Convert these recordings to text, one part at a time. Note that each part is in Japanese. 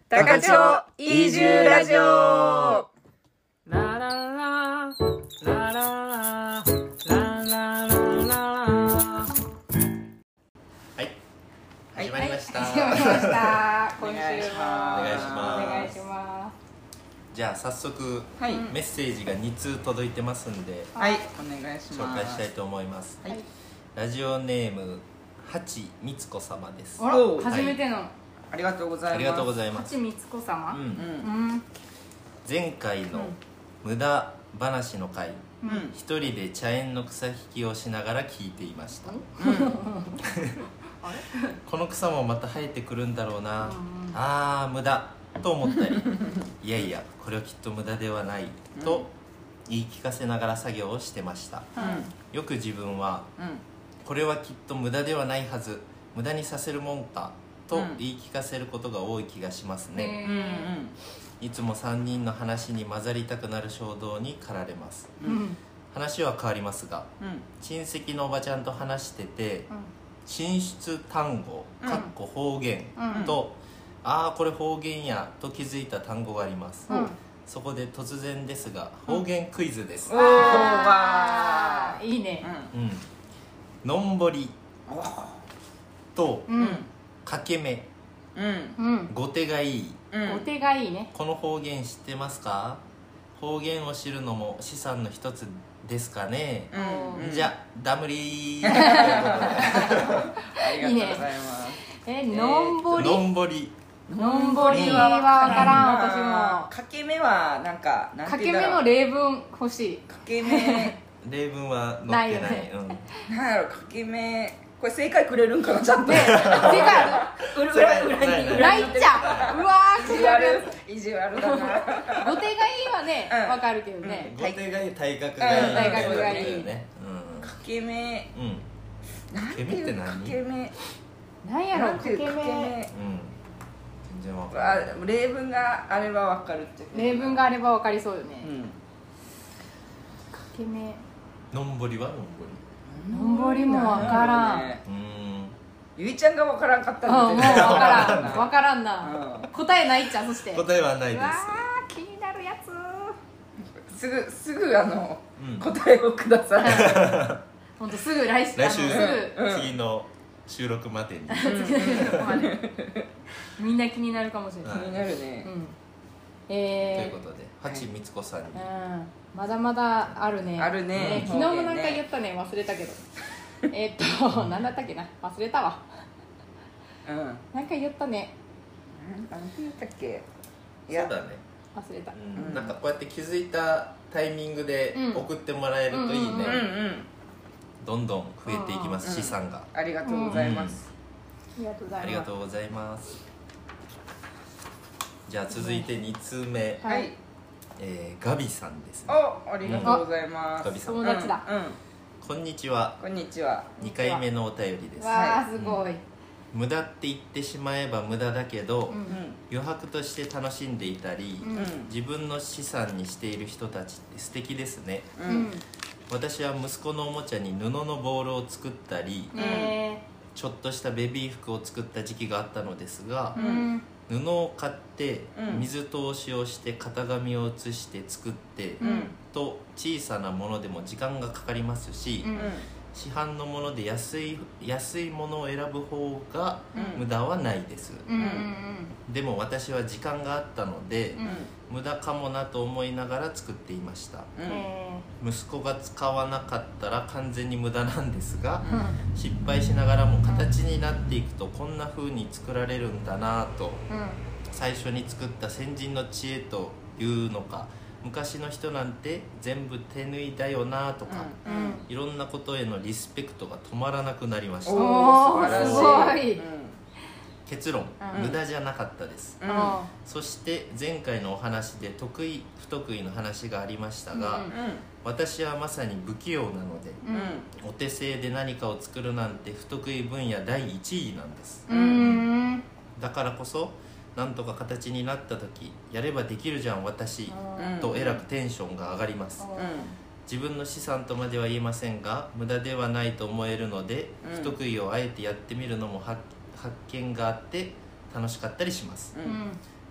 高千穂移住ラジオ。 ラララララララララはい、始まりました。 始まりました。今週もお願いしますお願いしまじゃあ早速はい、 メッセージが2通届いてますんではい、お願いし紹ます。 介したいと思います。 す。はい。 ラジオネーム八光子様です。 あらお、 初めてのありがとうございます。 ありがとうございます。 八光子様。 うん、 うん。 前回の無駄話の回、 うん、 一人で茶園の草引きをしながら聞いていました。この草もまた生えてくるんだろうな、あー無駄と思ったりいやいやこれはきっと無駄ではないと言い聞かせながら作業をしてました。よく自分はこれはきっと無駄ではないはず、無駄にさせるもんかと言い聞かせることが多い気がしますね。いつも3人の話に混ざりたくなる衝動に駆られます。話は変わりますが、親戚のおばちゃんと話してて、進出単語方言と、ああこれ方言やと気づいた単語があります。そこで突然ですが方言クイズです。 おーわいいね。 のんぼりとうんかけめ、 うん。 ご手がいい、 お手がいいね。 この方言知ってますか？方言を知るのも資産の一つですかね。じゃダムリーというありがとうございます。 のんぼり。 ことでのんぼり、 のんぼりはわからん、私も。 かけめはなんかなんかけて言うんだろう。 めの例文欲しい。 かけめ例文は載ってなないよねい。 なんやろ、かけめこれ正解くれるんかなちゃんと。 ね、世界ないないないっちゃう。うわー、 意地悪意地悪だな。 ご手がいいはね、 うんわかるけどね。 ご手がいい、体格がいい、 体格がいいね。 かけめなんていうかけめなんやろ、 なんていうかけめ。 全然わかんない。 例文があればわかるって。 例文があればわかりそうよね。かけめ。 のんぼりはのんぼのんぼりもわからん。 り。 ゆいちゃんがわからんかったうん、もうわからん。わん。 からんな。答えないっちゃ、そして。 答えはないでうわー、気になるやつ。 すぐうん答えをください。 ほんとすぐ来週、 来週すぐ。 次の収録までに。 みんな気になるかもしれない。 気になるね。 うん。 ということで、八光子さんに。 まだまだあるね。 あるね昨日もなんか言ったね、忘れたけど。なんだったっけな、忘れたわ。なんか言ったね、 なんて言ったっけ。いや、 そうだね。 忘れた。 なんかこうやって気づいたタイミングで送ってもらえるといいね。どんどん増えていきます、資産が。 ありがとうございます。 ありがとうございます。 ありがとうございます。じゃあ続いて2通目、 はい。 ガビさんですね。 ありがとうございます。 ガビさん、 友達だ。 こんにちは。 こんにちは。 2回目のお便りです。 わあ、すごい。 無駄って言ってしまえば無駄だけど、 うん余白として楽しんでいたり、自分の資産にしている人たちって素敵ですね。私は息子のおもちゃに布のボールを作ったり、ちょっとしたベビー服を作った時期があったのですが、布を買って水通しをして型紙を写して作って、と小さなものでも時間がかかりますし、市販のもので安いものを選ぶ方が無駄はないです。でも私は時間があったので、無駄かもなと思いながら作っていました。息子が使わなかったら完全に無駄なんですが、失敗しながらも形になっていくとこんな風に作られるんだなと、最初に作った先人の知恵というのか、昔の人なんて全部手縫いだよなとか、いろんなことへのリスペクトが止まらなくなりました。 おー、すごい。 結論、無駄じゃなかったです。そして前回のお話で得意不得意の話がありましたが、私はまさに不器用なので、お手製で何かを作るなんて不得意分野第1位なんです。だからこそなんとか形になった時、やればできるじゃん私とえらくテンションが上がります。自分の資産とまでは言えませんが、無駄ではないと思えるので、不得意をあえてやってみるのも発見があって楽しかったりします。ぼ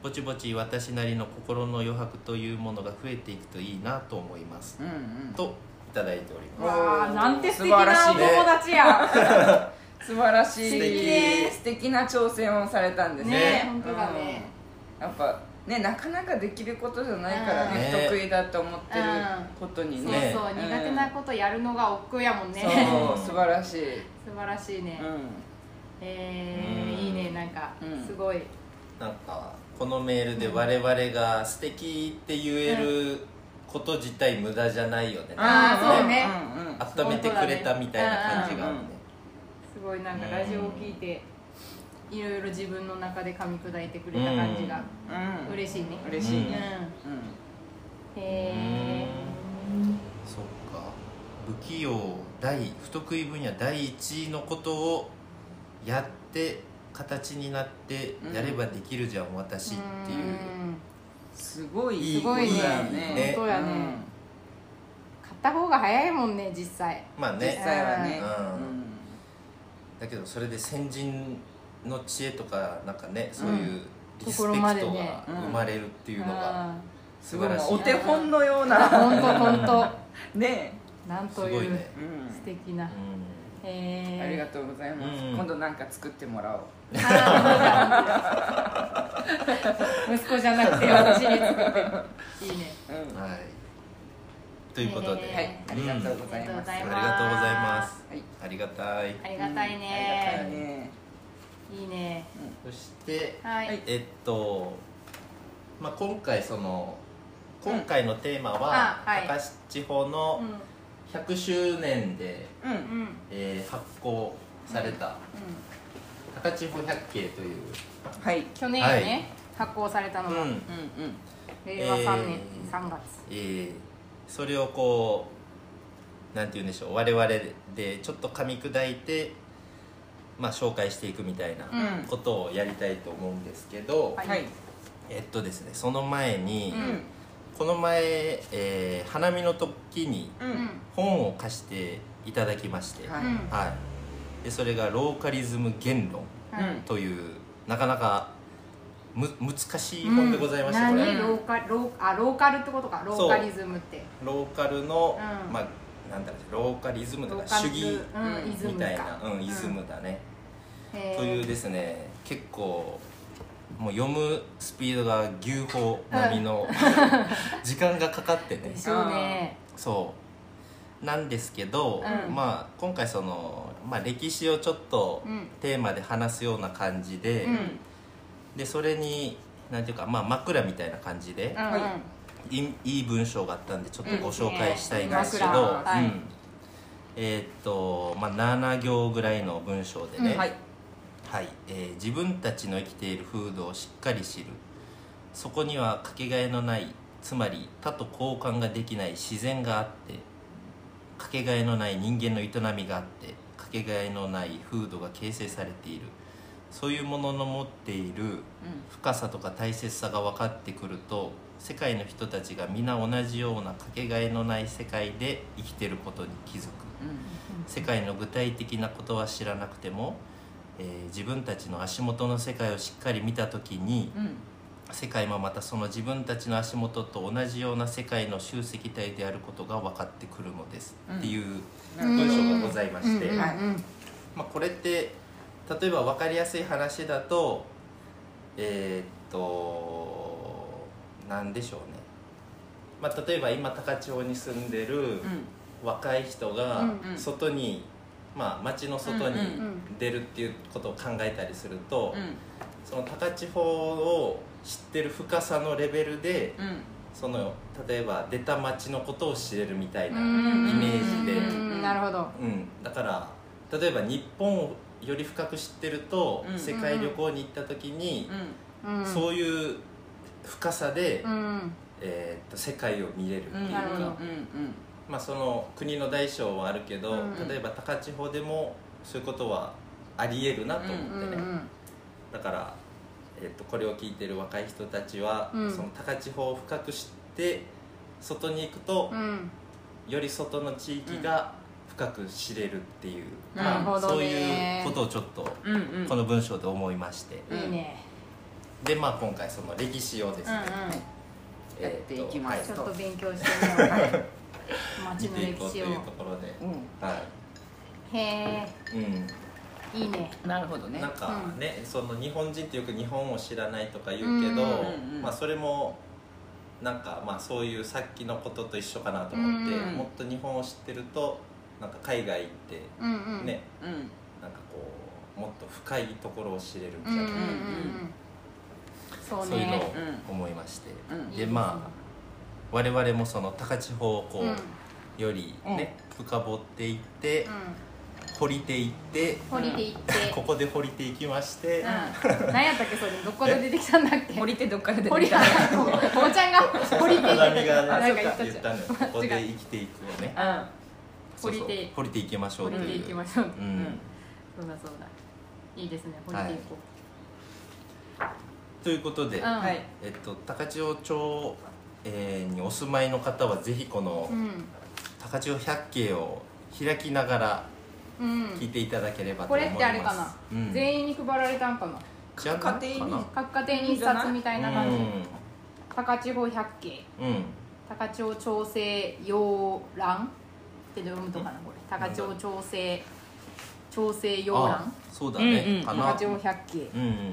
ぼちぼち私なりの心の余白というものが増えていくといいなと思います、といただいております。 わあ、なんて素敵なお友達や。 素晴らしい、 素素敵な挑戦をされたんですね。 ね、本当だね。 やっぱね、なかなかできることじゃないからね、不得意だと思ってることにね、 そうそう、苦手なことやるのが億劫やもんね。 そう、素晴らしい、 素晴らしいね。いいね、なんかすごい。 なんかこのメールで我々が素敵って言えること自体無駄じゃないよね。 ああ、そうね。 温めてくれたみたいな感じがあるね。 すごいなんかラジオを聞いていろいろ自分の中で噛み砕いてくれた感じが嬉しいね。 嬉しいね。 へえ。 そっか。不器用不得意分野第一位のことをやって形になってやればできるじゃん、私っていう。 すごいすごいね。本当やね。買った方が早いもんね、実際。 まあね。 実際はね。 だけどそれで先人の知恵とかなんかね、そういうリスペクトが生まれるっていうのが素晴らしい。 お手本のような。 本当ね。 なんという素敵な。 ありがとうございます。今度なんか作ってもらおう。 息子じゃなくて私に作っていいね。 はい。ということで、 ありがとうございます。 ありがとうございます。ありがたい。 ありがたいね。いいね。 そしてまあ今回のテーマは高千穂の100周年で発行された高千穂百景という、 去年ね発行されたのが令和3年3月。 それをこうなんて言うんでしょう、我々でちょっと噛み砕いてまあ紹介していくみたいなことをやりたいと思うんですけど、ですね、その前にこの前花見の時に本を貸していただきまして、でそれがローカリズム言論というなかなか難しい本でございまして、これローカルってことか。ローカリズムってローカルのまあなんだろう、ローカリズムとか主義みたいなイズムだねというですね、結構もう読むスピードが牛歩並みの時間がかかってね。そうなんですけど、まあ今回まあ歴史をちょっとテーマで話すような感じで、でそれになんていうか、まあ枕みたいな感じでいい文章があったんでちょっとご紹介したいんですけど、まあ7行ぐらいの文章でね、自分たちの生きている風土をしっかり知る。そこにはかけがえのない、つまり他と交換ができない自然があって、かけがえのない人間の営みがあって、かけがえのない風土が形成されている。そういうものの持っている深さとか大切さが分かってくると、世界の人たちが皆同じようなかけがえのない世界で生きていることに気づく。世界の具体的なことは知らなくても、自分たちの足元の世界をしっかり見た時に、世界もまたその自分たちの足元と同じような世界の集積体であることが分かってくるのです、っていう文章がございまして、まあこれって例えば分かりやすい話だとなんでしょうね、まあ、例えば今高千穂に住んでる若い人が外に、まあ、町の外に出るっていうことを考えたりすると、その高千穂を知ってる深さのレベルで、例えば出た町のことを知れるみたいなイメージで、 なるほど、 だから例えば日本をより深く知ってると、世界旅行に行った時に、そういう深さで、世界を見れるっていうか、まあその国の大小はあるけど、例えば高千穂でもそういうことはありえるなと思ってね、だから、これを聞いてる若い人たちは、その高千穂を深く知って外に行くと、より外の地域が深く知れるっていう、そういうことをちょっとこの文章で思いまして、 でまあ今回その歴史をですね、 やっていきますちょっと勉強してみよう。街の見ていこうと歴史を。 いうところで、はへえ、 い、 いいね。 なるほどね。 なんかね、その日本人ってよく日本を知らないとか言うけど、まあそれもなんかまあそういうさっきのことと一緒かなと思って、もっと日本を知ってるとなんか海外行ってね、なんかこうもっと深いところを知れるんじゃないかな、そういうのを思いまして、でまあ我々もその高千穂をこう、よりね、深掘っていって、掘りていってここで掘りていきまして、 何やったっけそれ、どこで出てきたんだっけ。 掘り手どっから出て掘りきたおばちゃんが掘りていって鏡がなんか言ったのよ、ここで生きていくをね、 掘りて掘りていきましょうという、 掘りていきましょう。 うんそうだそうだ、いいですね、掘りていこということで、 はい高千穂町、にお住まいの方はぜひこの高千穂百景を開きながら聞いていただければとこ思います。 れってあれかな、全員に配られたんかな。 じゃあ各家庭に各家庭に一冊みたいな感じ。 う高千穂百景、高千穂長生洋蘭って読むとかな、これ。高千穂長生洋蘭、 そうだね、かな。 高千穂百景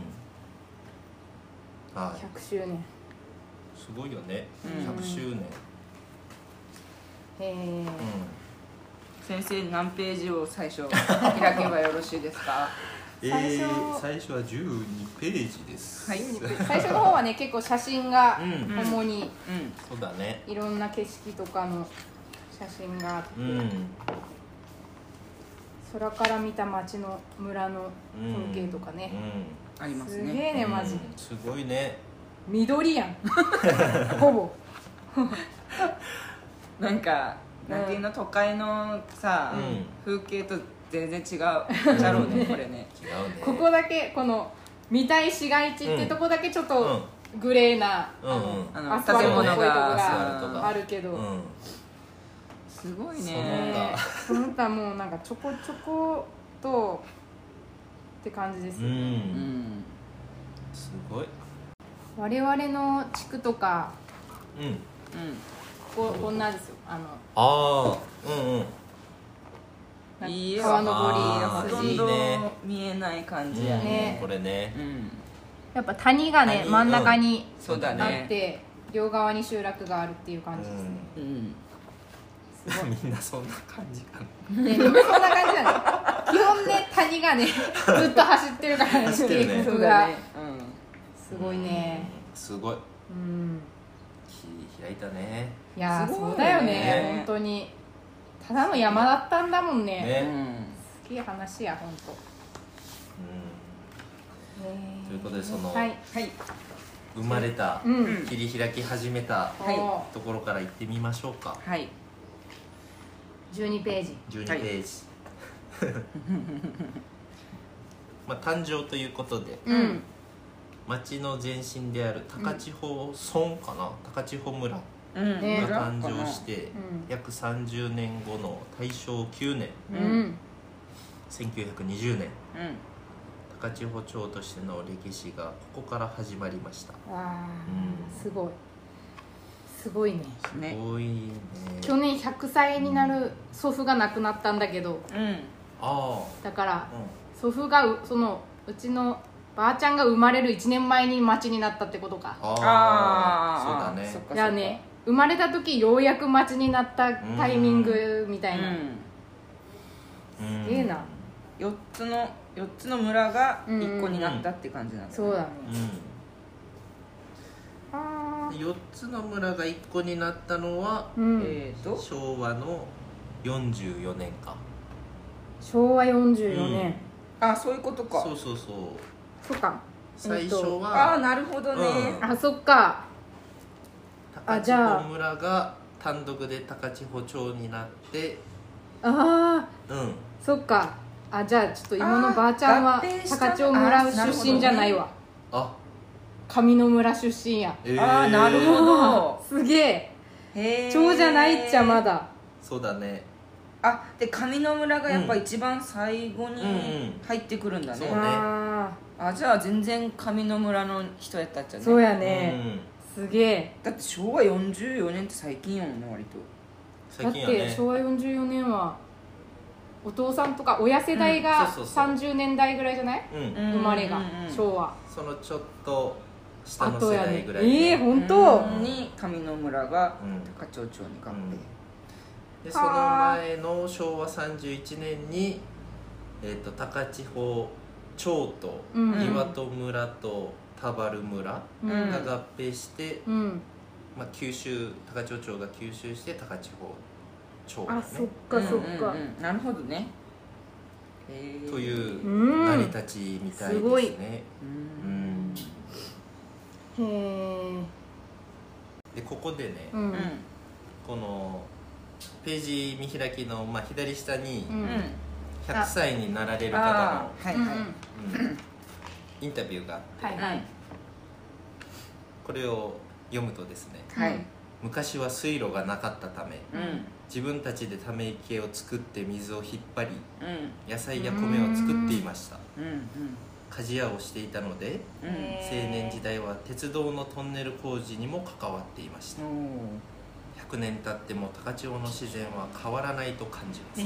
はい、 100周年。 すごいよね、100周年。 先生何ページを最初開けばよろしいですか？ 最初は12ページです。 はい。 最初の方はね、結構写真が主にそうだね。 いろんな景色とかの写真があって、空から見た町の村の風景とかね、 ありますすげね。 えね、マジすごいね。 緑やんほぼなんかなんていうの、都会のさ風景と全然違うじゃろうね、これね。 違うね。 ここだけ、この見たい市街地ってとこだけちょっとグレーなアスファルトっぽいとこがあるけど、 すごいそね。 その他もうなんかちょこちょことって感じですよね。 すごい。 我々の地区とかこんなですよ、 いいよ、 川登りほとんど見えない感じやね。 これね、 やっぱ谷がね、真ん中にそうだあね。 って両側に集落があるっていう感じですね。 みんなそんな感じかな。 みんなそんな感じなんだ。基本ね、谷がねずっと走ってるからね、 走ってるね渓谷がそうだね。 すごいね。 すごい。切り開いたね。 いやー、 すごいそうだよねね、本当にただの山だったんだもんね。 ね。 すげえ話や、本当。 ということで、そのはい生まれた、切り開き始めたところから行ってみましょうか。 はい。 12ページ。 12ページ。まあ誕生ということで、町の前身である高千穂村かな、高千穂村が誕生して約30年後の大正9年、1920年、高千穂町としての歴史がここから始まりました。 すごいすごいね。 すごいね。 去年100歳になる祖父が亡くなったんだけど、だから祖父がうちのばあちゃんが生まれる1年前に町になったってことか。 そうだね。 じゃあね、生まれた時ようやく町になったタイミングみたいな。すげえな。 4つの村が1個になったって感じなんだ。 そうだね。 4つの村が1個になったのは、昭和の44年か。 昭和44年。 あ、そういうことか。 そうそうそう。 そっか。 最初はなるほどね。 あ、そっか。 高千穂村が単独で高千穂町になって、 そっか。じゃあちょっと妹のばあちゃんは高千穂村出身じゃないわ。上野村出身や。 なるほど。 すげえ。町じゃないっちゃまだ。 そうだね。 あで上野村がやっぱ一番最後に入ってくるんだね、 そうね。 あじゃあ全然上野村の人やったっちゃね。 そうやね、すげえ。 だって昭和44年って最近やもんね割と。 だって昭和44年はお父さんとか親世代が30年代ぐらいじゃない、生まれが、昭和そのちょっと下の世代ぐらいね。本当に上野村が高千穂町に合併、 でその前の昭和31年に、高千穂町と岩戸村と田原村が合併して、まあ、九州高千穂町が吸収して高千穂町だね。 あ、そっかそっか、 なるほどね。 という成り立ちみたいですね。 すごい。 へえ。 でここでね、このページ見開きの、まあ、左下に100歳になられる方のインタビューがあって、これを読むとですね、昔は水路がなかったため、自分たちでため池を作って水を引っ張り、野菜や米を作っていました。鍛冶屋をしていたので、青年時代は鉄道のトンネル工事にも関わっていました。100年経っても高千穂の自然は変わらないと感じます。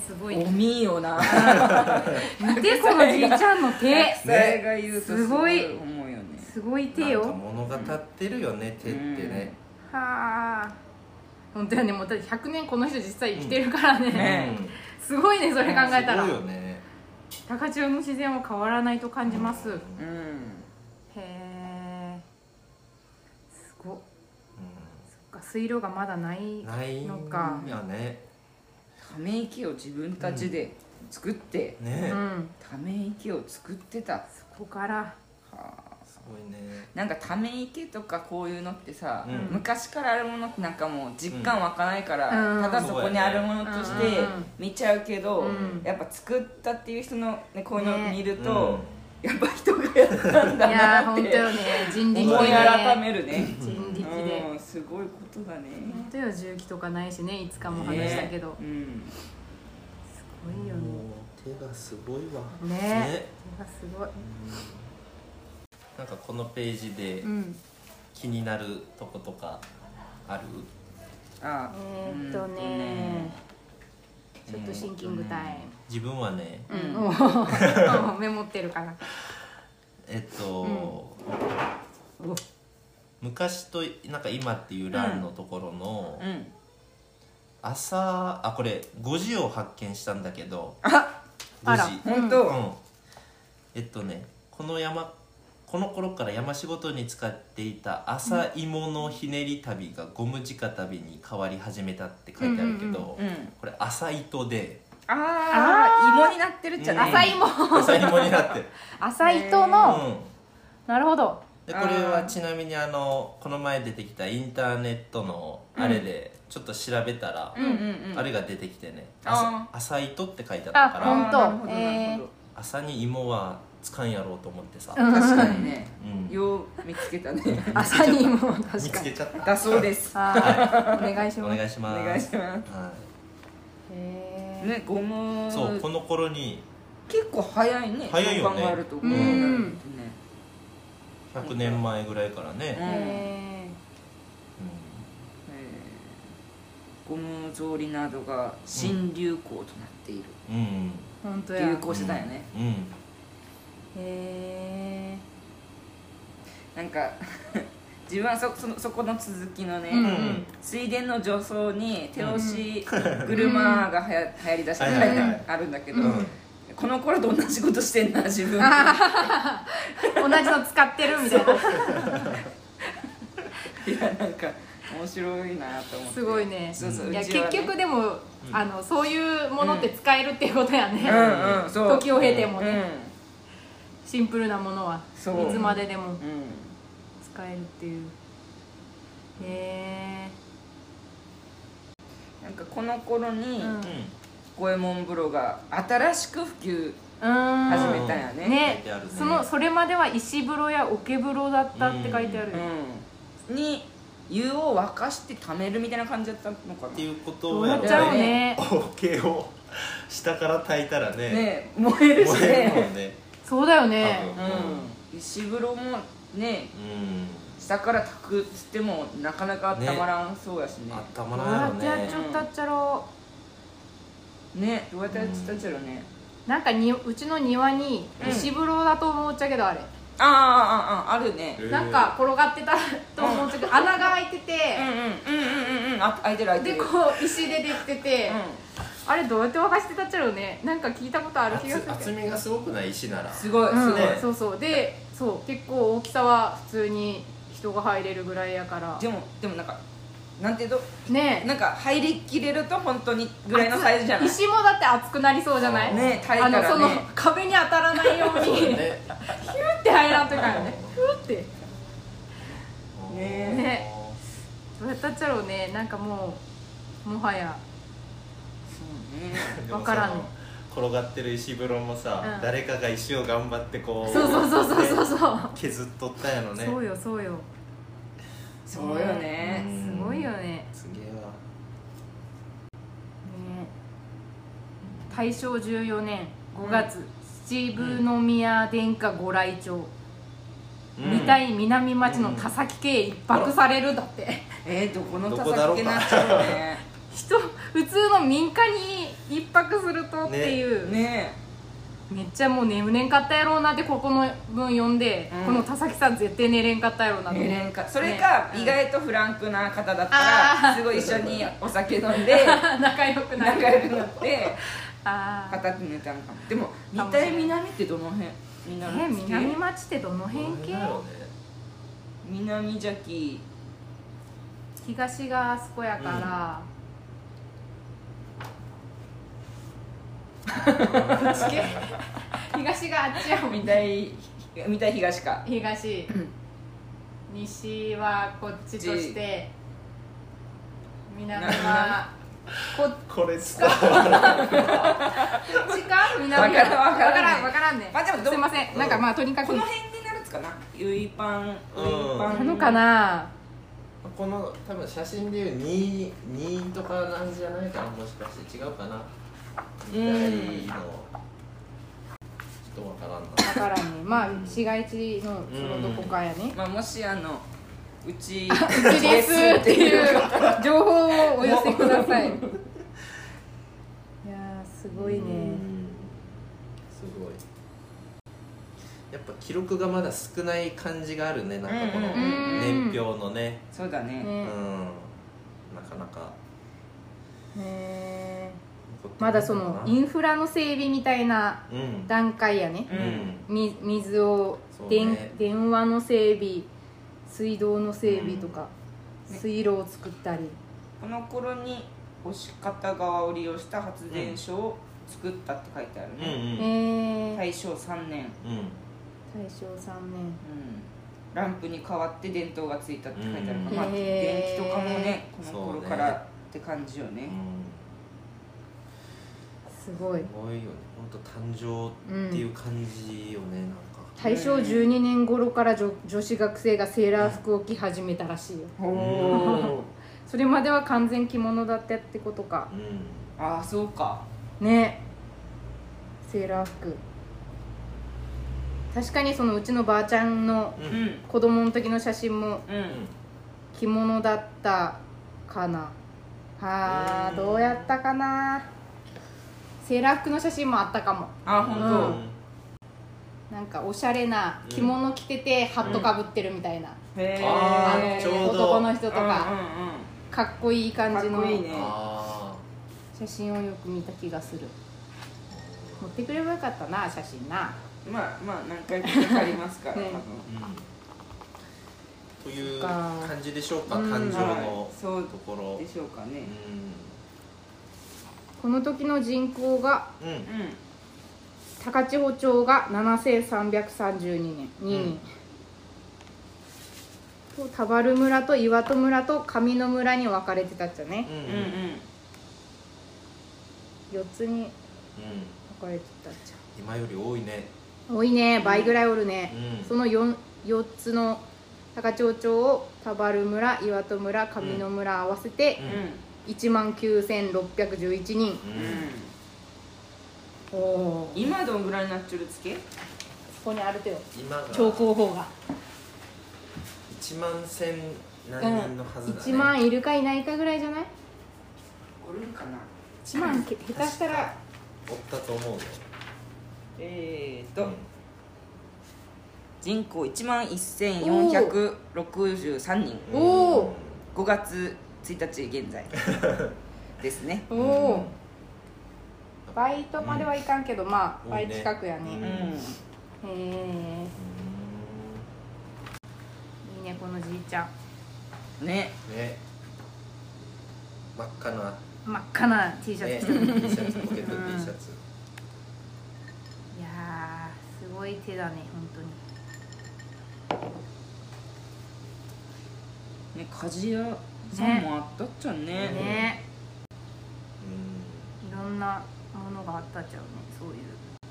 すごい。 おみーよな。 見てこのじいちゃんの手。 誰が言うとすごい思うよね。 すごい手よ。 なんか物語ってるよね、手ってね。 はあ。本当やね。もうだって100年この人実際生きてるからね。すごいね、それ考えたら。 すごいよね。 高千穂の自然は変わらないと感じます。へえ。すごっ。そっか、水路がまだないのか。 いやね。 ため池を自分たちで作ってね、 ため池を作ってた。 そこからすごいね。 なんかため池とかこういうのってさ、昔からあるものってなんかもう実感湧かないから、ただそこにあるものとして見ちゃうけど、やっぱ作ったっていう人の、ね、こういうのを見ると、やっぱ人がやったんだなって本当よね。人力で思い改めるね。 人力で、 すごいことだね。 本当よ。重機とかないしね、いつかも話したけど、すごいよね。 手がすごいわね。手がすごい。 なんかこのページで気になるとことかある？ ちょっとシンキングタイム。 自分はね、 メモってるから昔となんか今っていう欄のところの朝、これ5時を発見したんだけど、 あら、 本当？ この頃から山仕事に使っていた朝芋のひねり旅がゴム直旅に変わり始めたって書いてあるけど、これ朝糸で、 芋になってるっちゃね。 朝芋になってる。 朝糸の、なるほど。 でこれはちなみにこの前出てきたインターネットのあれでちょっと調べたら、あれが出てきてね、朝糸って書いてあったから、 本当。 朝に芋はつかんやろうと思ってさ、 確かにね、よう見つけたね。 朝に芋、確かに見つけちゃった。 だそうです。 お願いします。 お願いします。 お願いします。ね、ゴム。 そう、この頃に結構早いね。 早いよね。 考えると 100年前ぐらいからね。 ゴム草履などが新流行となっている。 本当や。 流行してたよね。なんか自分はそこの続きのね、水田の除草に手押し車が流行りだしたみたいなあるんだけど、この頃どんな仕事してんな自分。 同じの使ってるみたいな。 いやなんか面白いなと思って。 すごいね。いや結局でもそういうものって使えるっていうことやね。時を経てもね。シンプルなものはいつまででも使えるっていう。 なんかこの頃に五右衛門風呂が新しく普及始めたんやね。 それまでは石風呂や桶風呂だったって書いてある。 に湯を沸かして溜めるみたいな感じだったのかなっていうことをやっちゃうね。 桶を下から炊いたらね燃えるし燃えるもんね。 そうだよね。 石風呂もね、下から炊くっつってもなかなか温まらんそうやしね。 温まらんよね。 どうやってやっちゃったっちゃろうね。どうやってやっちゃったっちゃろうね。 なんかうちの庭に石風呂だと思っちゃうけど、あれあるね。 なんか転がってたと思っちゃうけど、穴が開いてて、 開いてる開いてる。 でこう石でできてて、あれどうやって沸かしてたっちゃろうね。なんか聞いたことある気がする。 厚みがすごくない石なら。 すごい。 そうそうで、そう結構大きさは普通に人が入れるぐらいやから。 でもなんかなんていうとね、 なんか入りきれると本当にぐらいのサイズじゃない。 石もだって熱くなりそうじゃないね。炊いたらね、 その壁に当たらないようにヒューって入らんといかんね。ヒューってね。どうやったっちゃろうね。なんかもはやそうね、 分からんね。 転がってる石風呂もさ、誰かが石を頑張ってこうそう削っとったやろね。 そうよね。 すごいよね。 すげえわ。 大正14年5月、秩父宮殿下ご来庁、三台南町の田崎家へ一泊されるだって。 どこの田崎家なっちゃうね。 普通の民家に一泊するとっていうね。 めっちゃもう眠れんかったやろうなって、ここの文読んで、この田崎さん絶対寝れんかったやろうなと。 寝れんか。それか意外とフランクな方だったらすごい一緒にお酒飲んで仲良くなって片手寝たのかも。でも三台南ってどの辺？ 南町ってどの辺系？ 南じゃき東があそこやから、東があっちやもん。 三台東か。 東西はこっちとして、南はこれ使うこっちか南は分からんね。 まあでもすいません。なんかまあとにかくこの辺になるつかな。ゆいパンなのかな。 この多分写真でいう2とかなんじゃないかな。もしかして違うかな。みたいのちょっとわからんな。 分からんね。まあ市街地のそのどこかやね。 まあもしうちですっていう情報をお寄せください。いやすごいね。 すごい。やっぱ記録がまだ少ない感じがあるね。なんかこの年表のね。 そうだね。 なかなか。 まだそのインフラの整備みたいな段階やね。水を電話の整備、水道の整備とか、水路を作ったり。 この頃に押方川を利用した発電所を作ったって書いてあるね。大正3年。 大正3年。 ランプに代わって電灯がついたって書いてあるから、まあ電気とかもねこの頃からって感じよね。 すごい。 すごいよね。本当誕生っていう感じよね。なんか大正12年頃から女子学生がセーラー服を着始めたらしいよ。それまでは完全着物だったってことか。 ああそうかね。セーラー服。確かにそのうちのばあちゃんの子供の時の写真も着物だったかな。どうやったかな。セーラー服の写真もあったかも。 本当。 なんかおしゃれな着物着ててハットかぶってるみたいな。男の人とかかっこいい感じの写真をよく見た気がする。持ってくればよかったな写真な。 まあ何回かかかりますから。 という感じでしょうか。誕生のところでしょうかね。 この時の人口が高千穂町が7332年2人、田原村と岩戸村と上野村に分かれてたっちゃね。4つに分かれてたっちゃ。 今より多いね。 多いね。倍ぐらいおるね。その 4つの高千穂町を田原村、岩戸村、上野村合わせて19,611人。 今どんぐらいになっちゃるつけ？ ここにあるとよ、 今が町広報が 1万1000何人のはずだね。 1万いるかいないかぐらいじゃない？ おるんかな。 1万下手したらおったと思うね。 人口11,463人。 おお、 5月1日現在ですね。 おお、倍とまではいかんけど、まあ倍近くやね。へえ、いいねこのじいちゃんね。 真っ赤な T シャツ着てる、 T シャツ、ポケット T シャツ。 いやー、すごい手だね本当に。 ね、鍛冶屋さんもあったっちゃね。 いろんなものがあったっちゃうね、そういう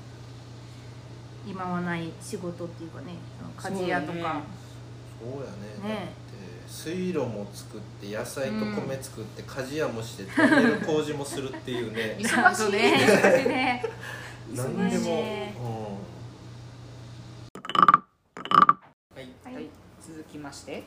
今はない仕事っていうかね、その鍛冶屋とか。 そうやね。だって水路も作って野菜と米作って鍛冶屋もしてトンネル工事もするっていうね。 忙しいね。忙しいね。 何でも。 続きまして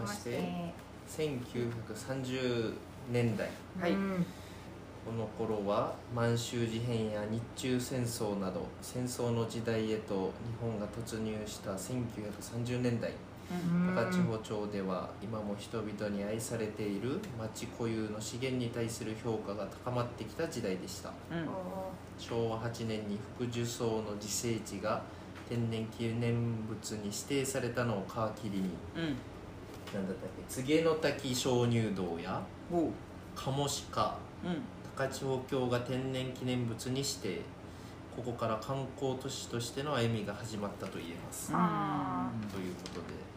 1930年代、この頃は満州事変や日中戦争など戦争の時代へと日本が突入した1930年代、高千穂町では今も人々に愛されている町固有の資源に対する評価が高まってきた時代でした。昭和8年に福寿荘の自生地が天然記念物に指定されたのを皮切りに、なんだったっけ、柘植の滝鍾乳洞やカモシカ、高千穂峡が天然記念物に指定。ここから観光都市としての歩みが始まったと言えます。ということ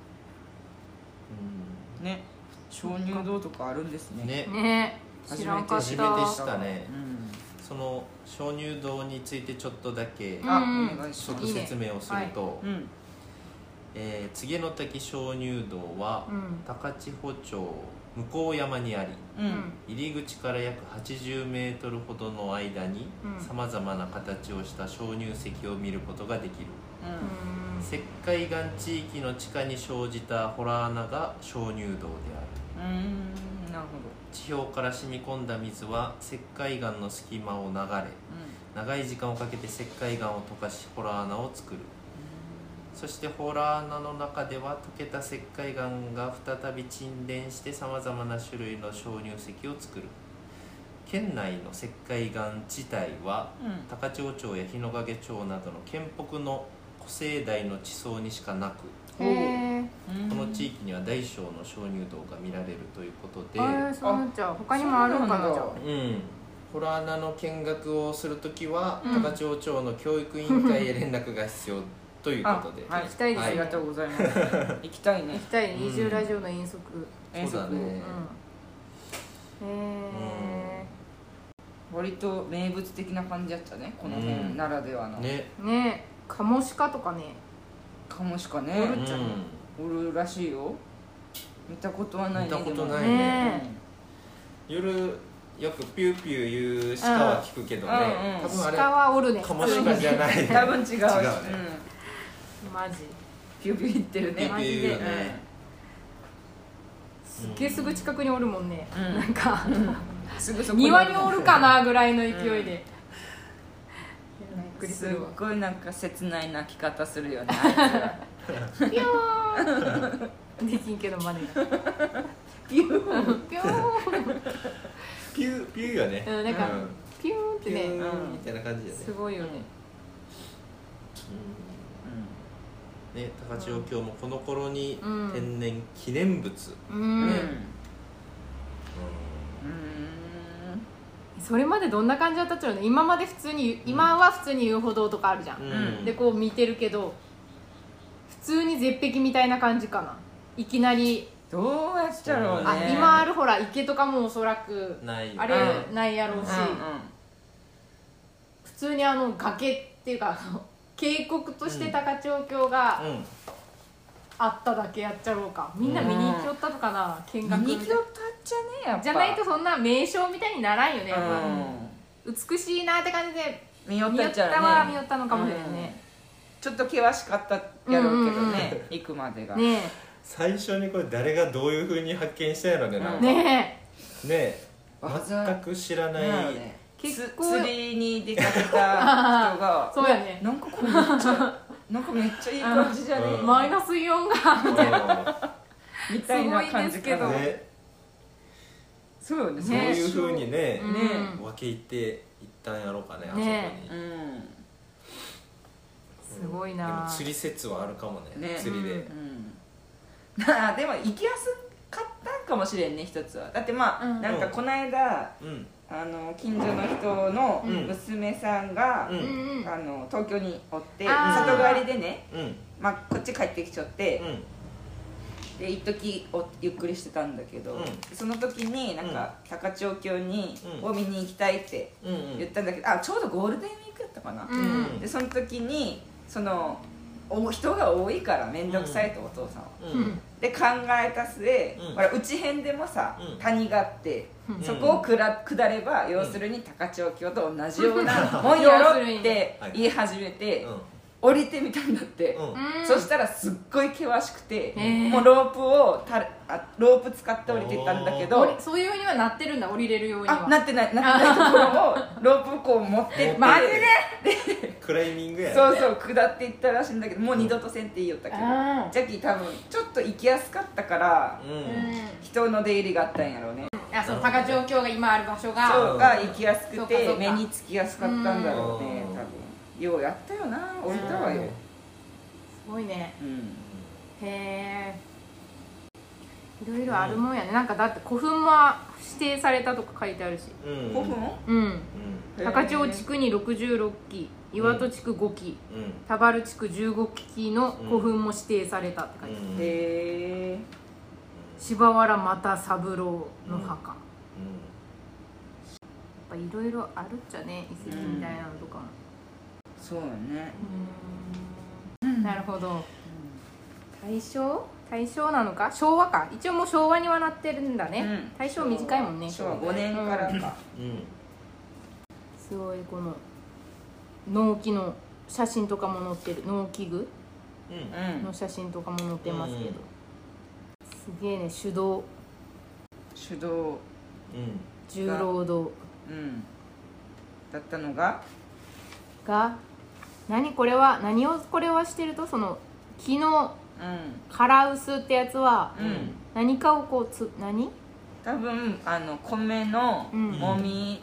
で、 ね、鍾乳洞とかあるんですね。 ね、知らんかった。 初めてしたね。その鍾乳洞についてちょっとだけ説明をすると、柘植の滝鍾乳洞は高千穂町向山にあり、入り口から約80メートルほどの間にさまざまな形をした鍾乳石を見ることができる。石灰岩地域の地下に生じた洞穴が鍾乳洞である。 なるほど。 地表から染み込んだ水は石灰岩の隙間を流れ、長い時間をかけて石灰岩を溶かし洞穴を作る。そして洞穴の中では溶けた石灰岩が再び沈殿してさまざまな種類の鍾乳石を作る。県内の石灰岩自体は、高千穂町や日之影町などの県北の古生代の地層にしかなく、この地域には大小の鍾乳洞が見られるということで、 そうなっちゃう。他にもあるのかな。 洞穴の見学をするときは、高千穂町の教育委員会へ連絡が必要ということで、 行きたいです。 ありがとうございます。行きたいね。 行きたい。20ラジオの遠足。 そうだね。 割と名物的な感じだったね、この辺ならではの。 ね、カモシカとかね。 カモシカね。おるらしいよ。見たことはないね。 見たことないね。夜よくピューピュー言う鹿は聞くけどね。多分あれ鹿はおるね。 カモシカじゃない。 多分違う。違うね。 マジ。 ピューピュー言ってるね。 マジで。すっげえすぐ近くにおるもんね。なんか庭におるかなぐらいの勢いで。 すっごいなんか切ない泣き方するよね。 ピューンできんけどマネがピューピューンピューよね。 なんかピューンってね、 みたいな感じだね。 すごいよね。 ね、高千穂峡もこの頃に天然記念物。 それまでどんな感じだったっちゃうの。今まで普通に、今は普通に遊歩道とかあるじゃん。でこう見てるけど、普通に絶壁みたいな感じかな。いきなりどうやっちゃろうね。 今あるほら池とかもおそらくあれないやろうし、普通に崖っていうか渓谷として高千穂峡があっただけやっちゃろうか。みんな見に行きよったとかな、見学見に行きよったっちゃねやっぱじゃないとそんな名称みたいにならんよね、美しいなって感じで見よったっちゃね、 見よったのかもしれないね、 ちょっと険しかったやろうけどね、行くまでがね。 最初にこれ誰がどういうふうに発見したんやろね、なんかね全く知らない、 結構釣りに出かけた人がそうやね、 なんかこれめっちゃいい感じじゃねえ、 マイナスイオンがみたいな感じけど、そうよね、 そういうふうにね分け入っていったんやろうかね、あそこに。 すごいな。 でも釣り説はあるかもね、釣りで。 でも行きやすかったんかもしれんね、一つは。だってまあなんかこの間近所の人の娘さんが東京におって里帰りでね、まあこっち帰ってきちゃって、で一時ゆっくりしてたんだけど、その時になんか高千穂峡を見に行きたいって言ったんだけど、ちょうどゴールデンウィークやったかな。でその時にその人が多いから面倒くさいと、お父さんは。で考えた末、ほら内辺でもさ谷があって、そこを下れば要するに高千穂峡と同じようなもんやろって言い始めて、降りてみたんだって、そしたらすっごい険しくて、もうロープ使って降りていったんだけど、 そういうようにはなってるんだ、降りれるようには。 なってないところをロープをこう持ってって、 マジでクライミングやね。 そう下っていったらしいんだけど、もう二度とせんって言いよったけど、ジャッキー多分ちょっと行きやすかったから、人の出入りがあったんやろうね。 その高千穂峡が今ある場所が行きやすくて目につきやすかったんだろうね、多分。ようやったよな、降りたわよ。 すごいね。へえ、いろいろあるもんやね。なんかだって古墳も指定されたとか書いてあるし。 古墳？ 高千穂地区に66基、岩戸地区5基、田原地区15基の古墳も指定されたって書いてある。へえ。柴原又三郎の墓。やっぱいろいろあるっちゃね、遺跡みたいなのとかも。 そうよね。 なるほど。大正なのか、昭和か。一応もう昭和にはなってるんだね。大正短いもんね。 昭和5年からか。 すごい、この農機の写真とかも載ってる。農機具の写真とかも載ってますけど、すげえね。手動重労働だったのが何これはしてると、その木のカラウスってやつは何かをこう何多分米のもみ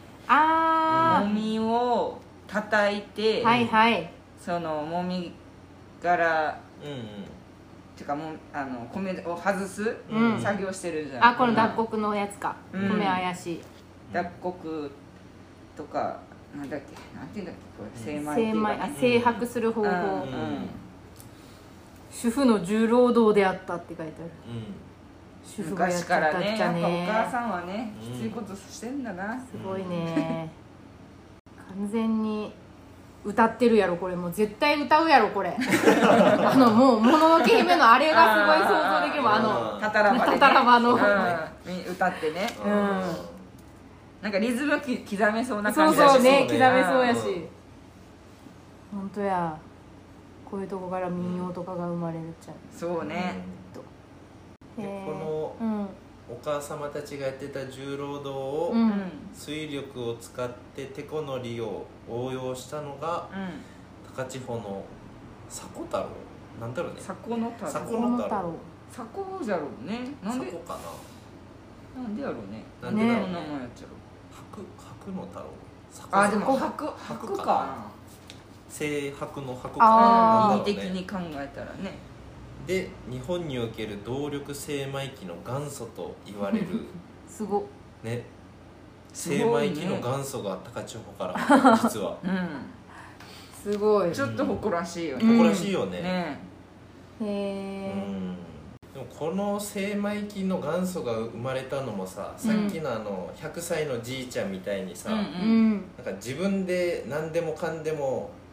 を叩いて、そのもみ殻っていうか、もう米を外す作業してるじゃん。 この脱穀のやつか。米怪しい脱穀とか、なんだっけ、なんていうんだっけ、これ精米って精白する方法。主婦の重労働であったって書いてある。主婦がやっちゃったっちゃね。 やっぱお母さんはね、きついことしてんだな。 すごいね。完全に歌ってるやろこれ。もう絶対歌うやろこれ。もうもののけ姫のあれがすごい想像できるもん。 タタラバの歌ってね。なんかリズム刻めそうな感じだし。 そうね、刻めそうやし。本当や。こういうとこから民謡とかが生まれるっちゃう。 そうね。 でこのお母様たちがやってた重労働を水力を使ってテコのりを応用したのが高千穂の佐古太郎なんだろうね。 佐古の太郎。 佐古じゃろうね。なんで？ 佐古かな。 なんでやろうね。 なんでだろうね。 名前やっちゃろう。 白の太郎。 でも白か。 正白の白か。 意味的に考えたらね。 で日本における動力精米機の元祖と言われるすごね、精米機の元祖が高千穂から実はすごい。 ちょっと誇らしいよね。 誇らしいよね。 へえ。 でもこの精米機の元祖が生まれたのもさ、さっきの100歳のじいちゃんみたいにさ、なんか自分で何でもかんでも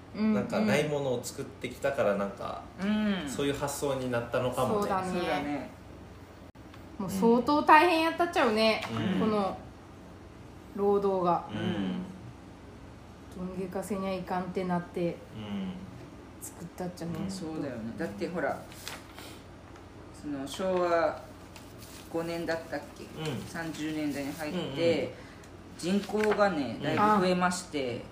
なんかないものを作ってきたからなんか、そういう発想になったのかもね。 そうだね。もう相当大変やったっちゃうね、この労働が。どんげかせにゃいかんってなって作ったっちゃね。 そうだよね。だってほらその昭和5年だったっけ、30年代に入って、人口がねだいぶ増えまして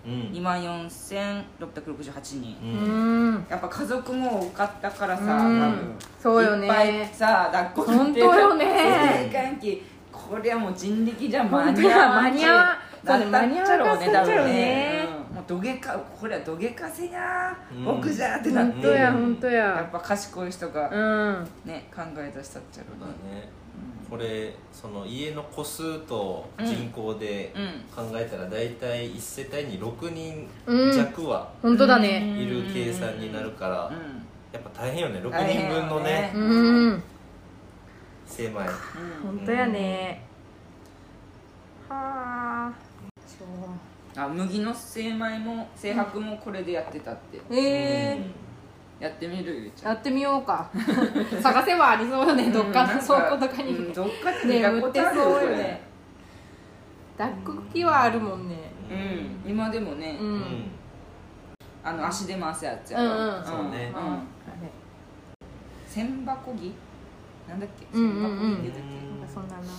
、24,668人、やっぱ家族も多かったからさ、多分そうよね、 いっぱいさ抱っこ本当よね、 関係これはもう人力じゃ間に合わん間に合わん、 だったっちゃろうね、多分ね、 ね、もうこれはどげかせや僕じゃってなって、 本当や本当や、 やっぱ賢い人がね考え出したっちゃろうね。 これその家の戸数と人口で考えたら大体1世帯に6人弱は本当だねいる計算になるから、やっぱ大変よね、6人分のね、精米、 本当やね、はあ、麦の精米も精白もこれでやってたって。やってみる？ やってみようか探せばありそうよね、どっかの倉庫とかに、 どっかで売ってそうよね。抱っこ機はあるもんね、 今でもね、足で回すやつやろ。 そうね、 千箱木なんだっけ、千箱木って言ってたっけ、 そんな名前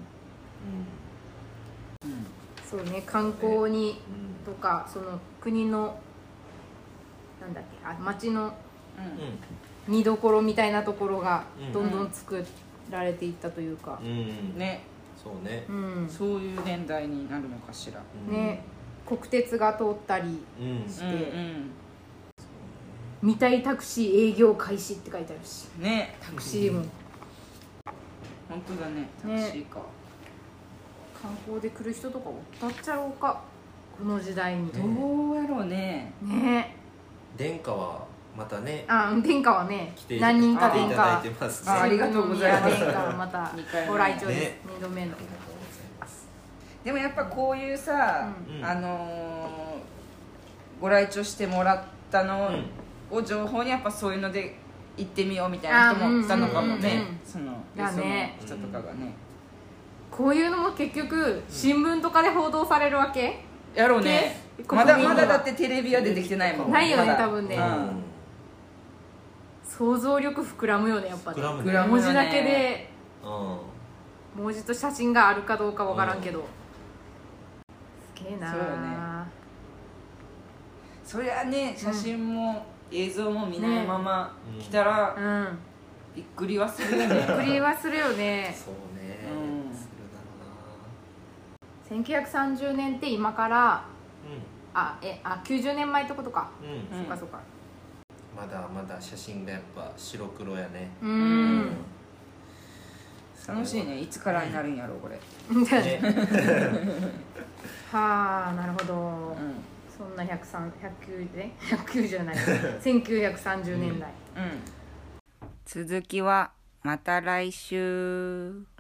そうね、観光にとかその国のなんだっけ、町の見どころみたいなところがどんどん作られていったというか、 ね、 そうね、 そういう年代になるのかしらね。国鉄が通ったりして、見たいタクシー営業開始って書いてあるしね、 タクシーも本当だね、タクシーか。 観光で来る人とかおったっちゃろうか、この時代に。 どうやろうね。 ね、 殿下はまたね、 殿下はね、何人か殿下、 ありがとうございます。 殿下またご来庁です、2度目の。 でもやっぱこういうさ、ご来庁してもらったのを情報にやっぱそういうので行ってみようみたいな人もいたのかもね、そのよその人とかがね。 こういうのも結局新聞とかで報道されるわけやろうね。まだだってテレビは出てきてないもん。 ないよね、多分ね。想像力膨らむよね、やっぱね。文字だけで、文字と写真があるかどうかわからんけど、すげえな。 そうよね。そりゃね、写真も映像も見ないまま来たらびっくりはするよね。 びっくりはするよね。 そうね、するだろうな。1930年って今から90年前ってことか。そっかそっか。 まだまだ写真がやっぱ白黒やね。 楽しいね。いつからになるんやろうこれ。 はあ、なるほど。そんな109じゃない1930年代。 続きはまた来週。